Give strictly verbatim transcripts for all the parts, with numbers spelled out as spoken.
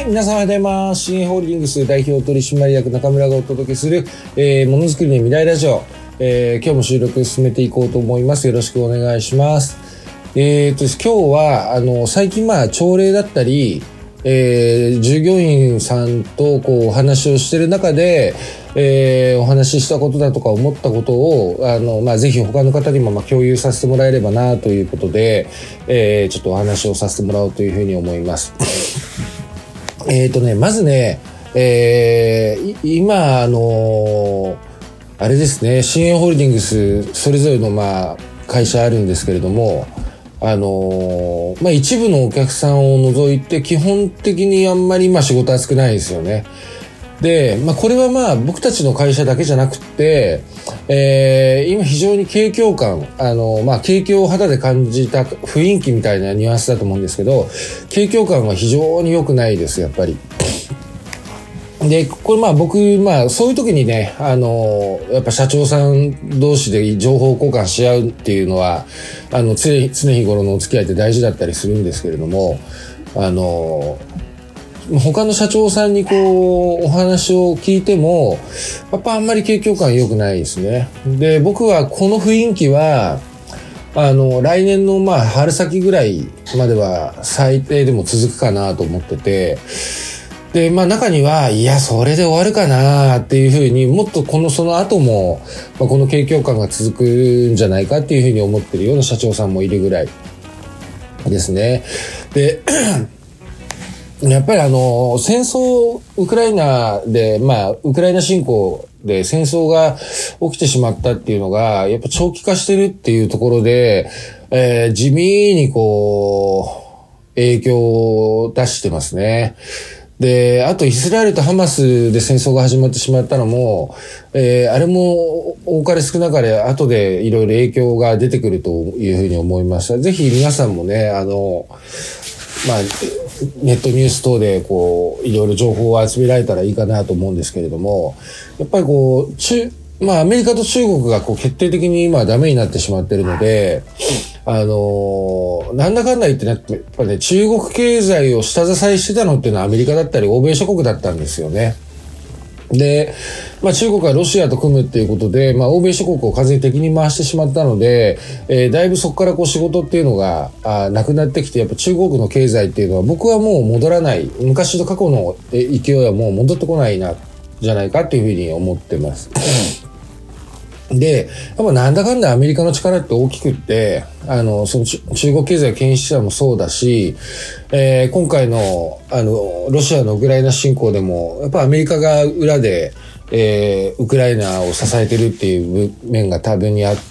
皆さんおはようございます。新ホールディングス代表取締役中村がお届けする、えー、ものづくりの未来ラジオ、えー、今日も収録進めていこうと思います。よろしくお願いします。えーと今日はあの最近まあ朝礼だったり、えー、従業員さんとこうお話をしている中で、えー、お話ししたことだとか思ったことをあの、まあ、ぜひ他の方にもまあ共有させてもらえればなということで、えー、ちょっとお話をさせてもらおうというふうに思います。えーとねまずね、えー、今あのー、あれですね、新園ホールディングスそれぞれのまあ会社あるんですけれども、あのー、まあ、一部のお客さんを除いて基本的にあんまり今仕事熱くないですよね。で、まあ、これはまあ僕たちの会社だけじゃなくて、えー、今非常に景況感、あの、まあ、景況を肌で感じた雰囲気みたいなニュアンスだと思うんですけど、景況感は非常に良くないです、やっぱり。で、これまあ僕、まあそういう時にね、あの、やっぱ社長さん同士で情報交換し合うっていうのは、あの、常、常日頃のお付き合いって大事だったりするんですけれども、あの、他の社長さんにこう、お話を聞いても、やっぱあんまり景況感良くないですね。で、僕はこの雰囲気は、あの、来年のまあ春先ぐらいまでは最低でも続くかなと思ってて、で、まあ中には、いや、それで終わるかなっていうふうに、もっとこの、その後も、まあ、この景況感が続くんじゃないかっていうふうに思ってるような社長さんもいるぐらいですね。で、やっぱりあの、戦争、ウクライナで、まあ、ウクライナ侵攻で戦争が起きてしまったっていうのが、やっぱ長期化してるっていうところで、えー、地味にこう、影響を出してますね。で、あとイスラエルとハマスで戦争が始まってしまったのも、えー、あれも多かれ少なかれ後でいろいろ影響が出てくるというふうに思いました。ぜひ皆さんもね、あの、まあ、ネットニュース等でこう、いろいろ情報を集められたらいいかなと思うんですけれども、やっぱりこう、中、まあアメリカと中国がこう決定的に今ダメになってしまってるので、あのー、なんだかんだ言ってね、やっぱね、中国経済を下支えしてたのっていうのはアメリカだったり欧米諸国だったんですよね。で、まあ中国はロシアと組むっていうことで、まあ欧米諸国を完全に敵に回してしまったので、えー、だいぶそこからこう仕事っていうのがあなくなってきて、やっぱ中国の経済っていうのは僕はもう戻らない、昔の過去の勢いはもう戻ってこないな、じゃないかっていうふうに思ってます。で、やっぱなんだかんだアメリカの力って大きくって、あの、その中国経済牽引者もそうだし、えー、今回の、あの、ロシアのウクライナ侵攻でも、やっぱアメリカが裏で、えー、ウクライナを支えてるっていう面が多分にあって、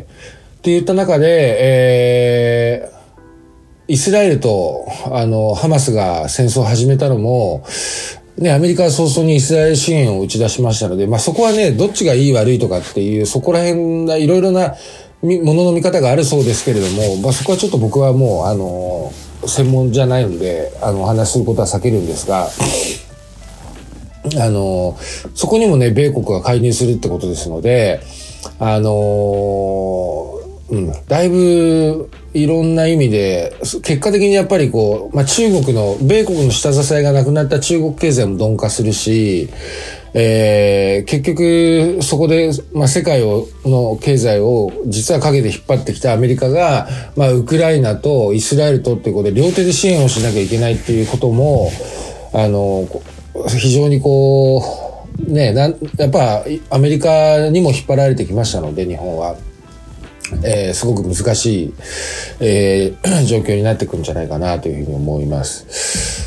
って言った中で、えー、イスラエルと、あの、ハマスが戦争を始めたのも、ね、アメリカは早々にイスラエル支援を打ち出しましたので、まあそこはね、どっちがいい悪いとかっていう、そこら辺がいろいろなものの見方があるそうですけれども、まあそこはちょっと僕はもう、あの、専門じゃないので、あの、お話しすることは避けるんですが、あの、そこにもね、米国が介入するってことですので、あの、うん、だいぶいろんな意味で結果的にやっぱりこう、まあ、中国の米国の下支えがなくなった中国経済も鈍化するし、えー、結局そこで、まあ、世界をの経済を実は陰で引っ張ってきたアメリカが、まあ、ウクライナとイスラエルとっていうことで両手で支援をしなきゃいけないっていうこともあの非常にこうねなんやっぱアメリカにも引っ張られてきましたので日本は。えー、すごく難しい、えー、状況になってくるんじゃないかなというふうに思います。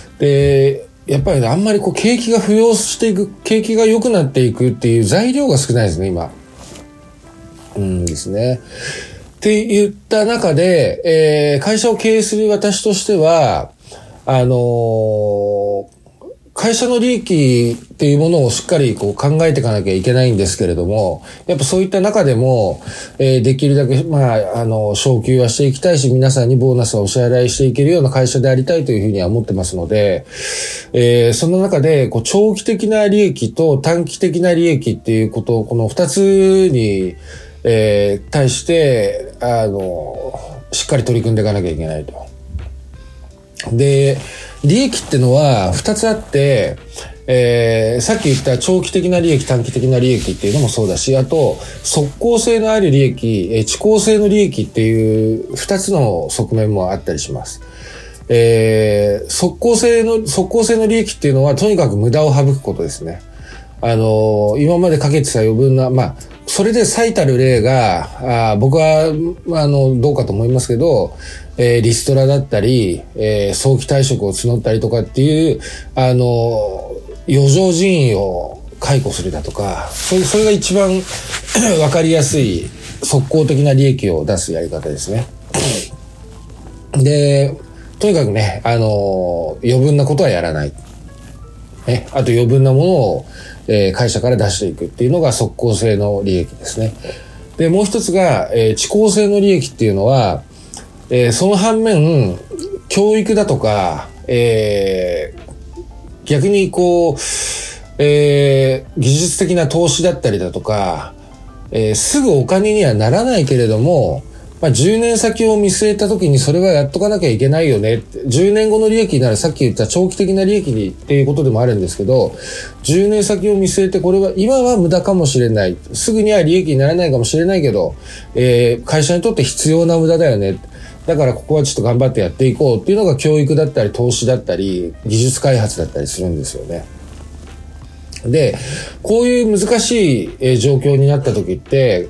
で、やっぱりね、あんまりこう景気が浮揚していく、景気が良くなっていくっていう材料が少ないですね、今。うんですね。って言った中で、えー、会社を経営する私としては、あのー、会社の利益っていうものをしっかりこう考えていかなきゃいけないんですけれども、やっぱそういった中でも、えー、できるだけ、まあ、あの、昇給はしていきたいし、皆さんにボーナスをお支払いしていけるような会社でありたいというふうには思ってますので、えー、その中で、こう、長期的な利益と短期的な利益っていうことを、この二つに、えー、対して、あの、しっかり取り組んでいかなきゃいけないと。 で、利益ってのは二つあって、えー、さっき言った長期的な利益、短期的な利益っていうのもそうだし、あと、即効性のある利益、えー、遅効性の利益っていう二つの側面もあったりします。えー、即効性の、即効性の利益っていうのは、とにかく無駄を省くことですね。あのー、今までかけてた余分な、まあ、それで最たる例が、あ僕は、あの、どうかと思いますけど、えー、リストラだったり、えー、早期退職を募ったりとかっていう、あのー、余剰人員を解雇するだとか、それ、それが一番わかりやすい即効的な利益を出すやり方ですね。で、とにかくね、あのー、余分なことはやらない。ね、あと余分なものを、えー、会社から出していくっていうのが即効性の利益ですね。で、もう一つが、えー、遅効性の利益っていうのは、えー、その反面、教育だとか、えー、逆にこう、えー、技術的な投資だったりだとか、えー、すぐお金にはならないけれども、まあ、じゅうねん先を見据えた時にそれはやっとかなきゃいけないよねって。じゅうねんごの利益になる、さっき言った長期的な利益にっていうことでもあるんですけど、じゅうねん先を見据えてこれは今は無駄かもしれない。すぐには利益にならないかもしれないけど、えー、会社にとって必要な無駄だよね。だからここはちょっと頑張ってやっていこうっていうのが教育だったり投資だったり技術開発だったりするんですよね。で、こういう難しい状況になった時って、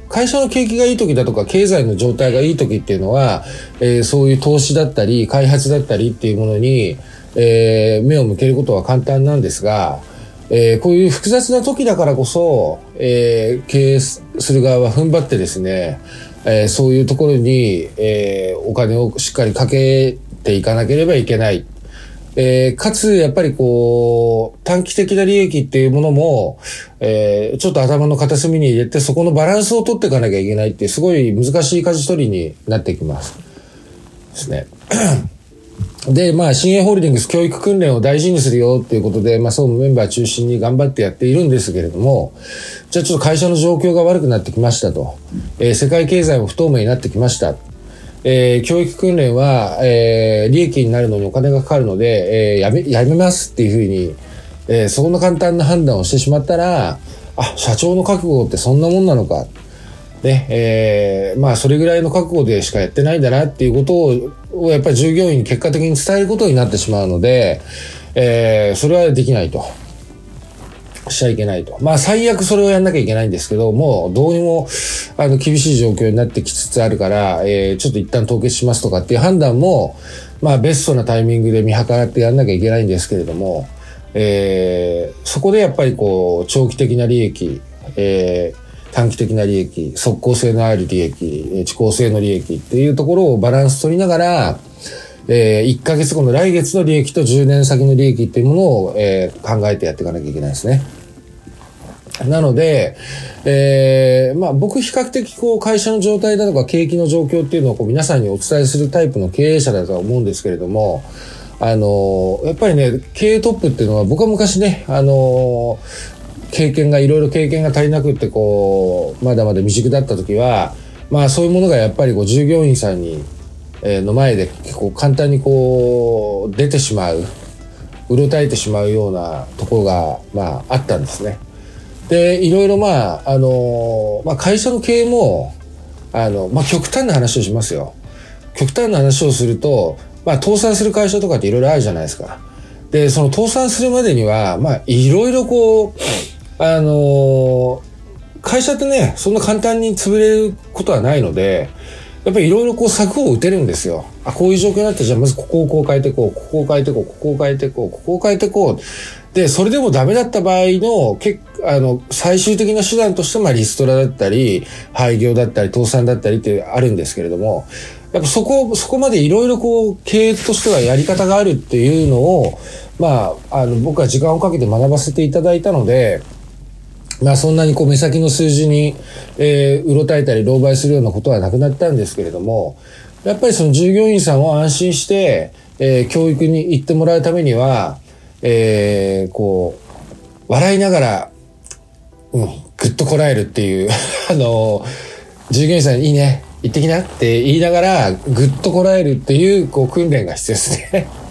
会社の景気がいい時だとか経済の状態がいい時っていうのは、えー、そういう投資だったり開発だったりっていうものに、えー、目を向けることは簡単なんですが、えー、こういう複雑な時だからこそ、えー、経営する側は踏ん張ってですね、えー、そういうところに、えー、お金をしっかりかけていかなければいけない。えー、かつ、やっぱりこう、短期的な利益っていうものも、えー、ちょっと頭の片隅に入れて、そこのバランスを取っていかなきゃいけないっていう、すごい難しい舵取りになってきます。ですね。で、まあ、新鋭ホールディングス教育訓練を大事にするよっていうことで、まあ、総務メンバー中心に頑張ってやっているんですけれども、じゃあちょっと会社の状況が悪くなってきましたと。えー、世界経済も不透明になってきました。えー、教育訓練は、えー、利益になるのにお金がかかるので、えー、やめ、やめますっていうふうに、えー、そんな簡単な判断をしてしまったら、あ、社長の覚悟ってそんなもんなのか。ね、えー、まあ、それぐらいの覚悟でしかやってないんだなっていうことを、をやっぱり従業員に結果的に伝えることになってしまうので、えー、それはできないと。しちゃいけないと。まあ最悪それをやんなきゃいけないんですけど、もうどうにもあの厳しい状況になってきつつあるから、えー、ちょっと一旦凍結しますとかっていう判断も、まあベストなタイミングで見計らってやんなきゃいけないんですけれども、えー、そこでやっぱりこう長期的な利益、えー、短期的な利益、即効性のある利益、遅効性の利益っていうところをバランス取りながら、えー、いっかげつごの来月の利益とじゅうねん先の利益っていうものを、えー、考えてやっていかなきゃいけないですね。なので、えー、まあ僕比較的こう会社の状態だとか景気の状況っていうのをこう皆さんにお伝えするタイプの経営者だとは思うんですけれども、あのー、やっぱりね、経営トップっていうのは僕は昔ね、あのー、経験がいろいろ経験が足りなくってこう、まだまだ未熟だった時は、まあそういうものがやっぱりこう従業員さんに、えー、の前で結構簡単にこう出てしまう、うろたえてしまうようなところがまああったんですね。で、いろいろまあ、あの、まあ会社の経営も、あの、まあ極端な話をしますよ。極端な話をすると、まあ倒産する会社とかっていろいろあるじゃないですか。で、その倒産するまでには、まあいろいろこう、あの、会社ってね、そんな簡単に潰れることはないので、やっぱりいろいろこう策を打てるんですよ。あ、こういう状況になってじゃあまずここをこう変えてこう、ここを変えてこう、ここを変えてこう、ここを変えてこう。で、それでもダメだった場合の、けあの、最終的な手段として、まあリストラだったり、廃業だったり、倒産だったりってあるんですけれども、やっぱそこ、そこまでいろいろこう、経営としてはやり方があるっていうのを、まあ、あの、僕は時間をかけて学ばせていただいたので、まあそんなにこう目先の数字に、えー、うろたえたり狼狽するようなことはなくなったんですけれども、やっぱりその従業員さんを安心して、えー、教育に行ってもらうためには、えー、こう、笑いながら、うん、ぐっとこらえるっていう、あの、従業員さんにいいね、行ってきなって言いながら、ぐっとこらえるっていう、こう、訓練が必要ですね。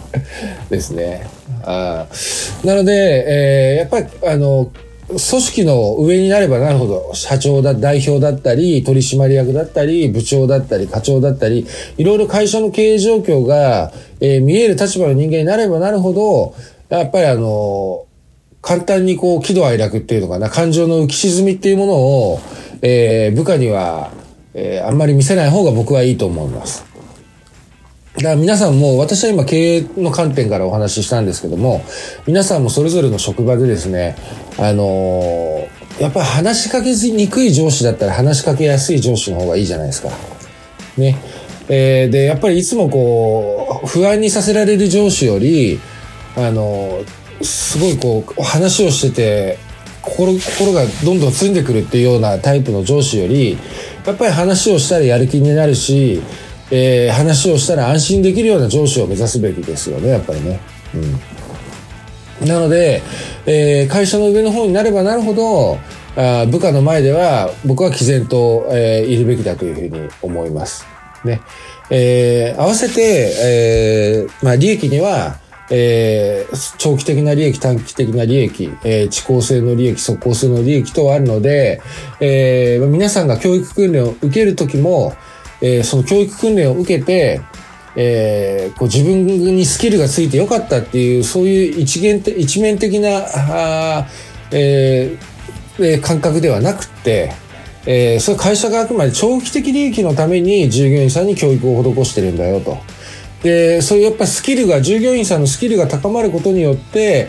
ですね。あなので、えー、やっぱり、あの、組織の上になればなるほど、社長だ、代表だったり、取締役だったり、部長だったり、課長だったり、いろいろ会社の経営状況が、えー、見える立場の人間になればなるほど、やっぱりあの、簡単にこう、喜怒哀楽っていうのかな、感情の浮き沈みっていうものを、えー、部下には、えー、あんまり見せない方が僕はいいと思います。だから皆さんも、私は今経営の観点からお話ししたんですけども、皆さんもそれぞれの職場でですね、あのー、やっぱり話しかけにくい上司だったら話しかけやすい上司の方がいいじゃないですか。ね。えー、で、やっぱりいつもこう、不安にさせられる上司より、あのー、すごいこう、話をしてて、心、心がどんどんつんでくるっていうようなタイプの上司より、やっぱり話をしたらやる気になるし、えー、話をしたら安心できるような上司を目指すべきですよね、やっぱりね。うん。なので、えー、会社の上の方になればなるほど、あ部下の前では僕は毅然と、えー、いるべきだというふうに思います。ね。えー、合わせて、えー、まあ利益には、えー、長期的な利益、短期的な利益、えー、遅効性の利益、速効性の利益とあるので、えー、皆さんが教育訓練を受けるときも、えー、その教育訓練を受けて、えー、こう自分にスキルがついてよかったっていう、そういう一元的、一面的な、あえー、感覚ではなくて、えー、それ会社があくまで長期的利益のために従業員さんに教育を施してるんだよと。で、そういうやっぱスキルが、従業員さんのスキルが高まることによって、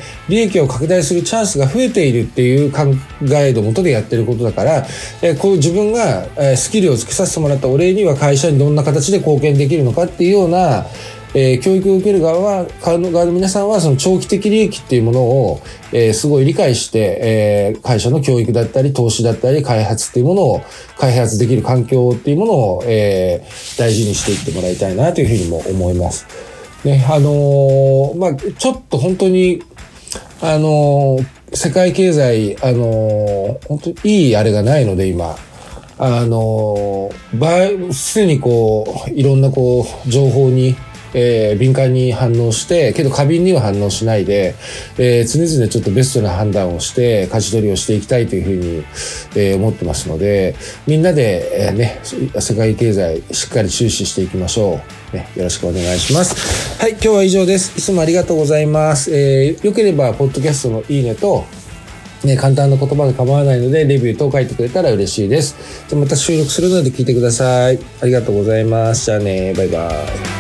利益を拡大するチャンスが増えているっていう考えのもとでやってることだから、えこう自分がスキルをつけさせてもらったお礼には会社にどんな形で貢献できるのかっていうような、えー、教育を受ける側は、側の皆さんはその長期的利益っていうものを、えー、すごい理解して、えー、会社の教育だったり、投資だったり、開発っていうものを、開発できる環境っていうものを、えー、大事にしていってもらいたいなというふうにも思います。ね、あのー、まあ、ちょっと本当に、あのー、世界経済、あのー、本当にいいあれがないので、今。あのー、場合、すでにこう、いろんなこう、情報に、えー、敏感に反応して、けど過敏には反応しないで、えー、常々ちょっとベストな判断をして、舵取りをしていきたいというふうに、えー、思ってますので、みんなで、えー、ね、世界経済しっかり注視していきましょう。ね、よろしくお願いします。はい、今日は以上です。いつもありがとうございます。えー、よければ、ポッドキャストのいいねと、ね、簡単な言葉で構わないので、レビュー等書いてくれたら嬉しいです。じゃあまた収録するので聞いてください。ありがとうございます。じゃあね、バイバイ。